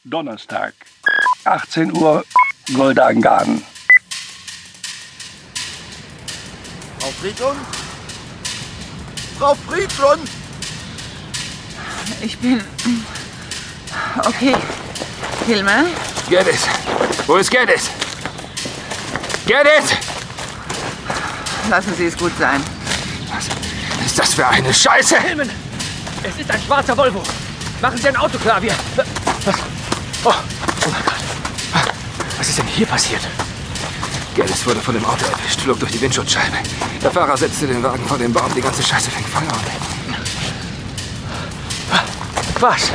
Donnerstag, 18 Uhr, Goldangarten. Frau Friedlund? Frau Friedlund! Ich bin... Okay. Hilmer? Geddes! Wo ist Geddes? Geddes! Lassen Sie es gut sein. Was ist das für eine Scheiße? Filmen! Es ist ein schwarzer Volvo. Machen Sie ein Auto klar, wir... Was? Oh mein Gott. Was ist denn hier passiert? Geddes wurde von dem Auto erwischt, flog durch die Windschutzscheibe. Der Fahrer setzte den Wagen vor den Baum. Die ganze Scheiße fängt Feuer an. Was?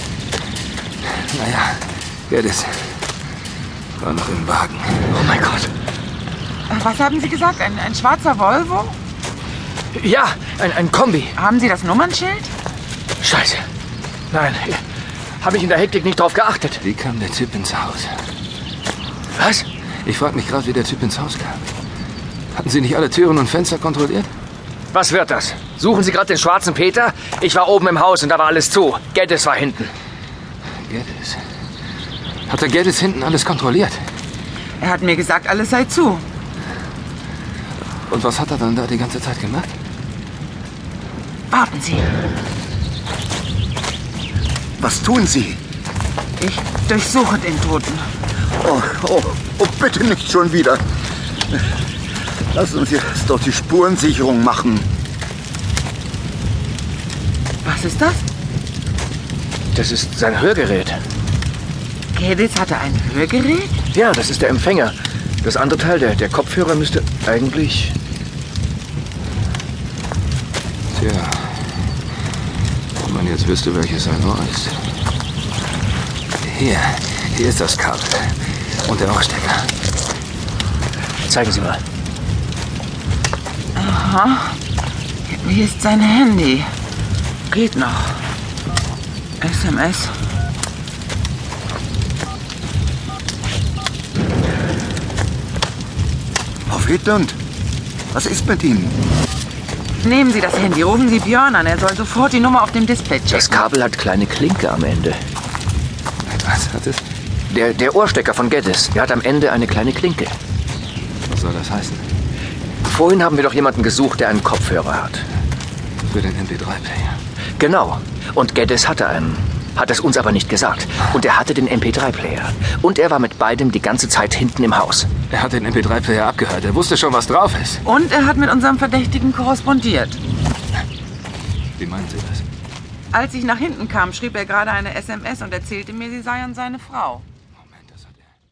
Naja, Geddes war noch im Wagen. Oh mein Gott. Was haben Sie gesagt? Ein schwarzer Volvo? Ja, ein Kombi. Haben Sie das Nummernschild? Scheiße. Nein, habe ich in der Hektik nicht drauf geachtet. Wie kam der Typ ins Haus? Was? Ich frage mich gerade, wie der Typ ins Haus kam. Hatten Sie nicht alle Türen und Fenster kontrolliert? Was wird das? Suchen Sie gerade den schwarzen Peter? Ich war oben im Haus und da war alles zu. Geddes war hinten. Geddes? Hat der Geddes hinten alles kontrolliert? Er hat mir gesagt, alles sei zu. Und was hat er dann da die ganze Zeit gemacht? Warten Sie. Was tun Sie? Ich durchsuche den Toten. Oh, bitte nicht schon wieder. Lass uns jetzt doch die Spurensicherung machen. Was ist das? Das ist sein Hörgerät. Geddes hatte ein Hörgerät? Ja, das ist der Empfänger. Das andere Teil, der Kopfhörer, müsste eigentlich... Tja, wenn man jetzt wüsste, welches sein Ohr ist. Hier ist das Kabel. Und der Ohrstecker. Zeigen Sie mal. Aha. Hier ist sein Handy. Geht noch. SMS. Frau Friedlund, was ist mit Ihnen? Nehmen Sie das Handy, rufen Sie Björn an. Er soll sofort die Nummer auf dem Display checken. Das Kabel hat kleine Klinke am Ende. Was hat es? Der Ohrstecker von Geddes, der hat am Ende eine kleine Klinke. Was soll das heißen? Vorhin haben wir doch jemanden gesucht, der einen Kopfhörer hat. Für den MP3-Player. Genau. Und Geddes hatte einen. Hat es uns aber nicht gesagt. Und er hatte den MP3-Player. Und er war mit beidem die ganze Zeit hinten im Haus. Er hat den MP3-Player abgehört. Er wusste schon, was drauf ist. Und er hat mit unserem Verdächtigen korrespondiert. Wie meinen Sie das? Als ich nach hinten kam, schrieb er gerade eine SMS und erzählte mir, sie sei an seine Frau.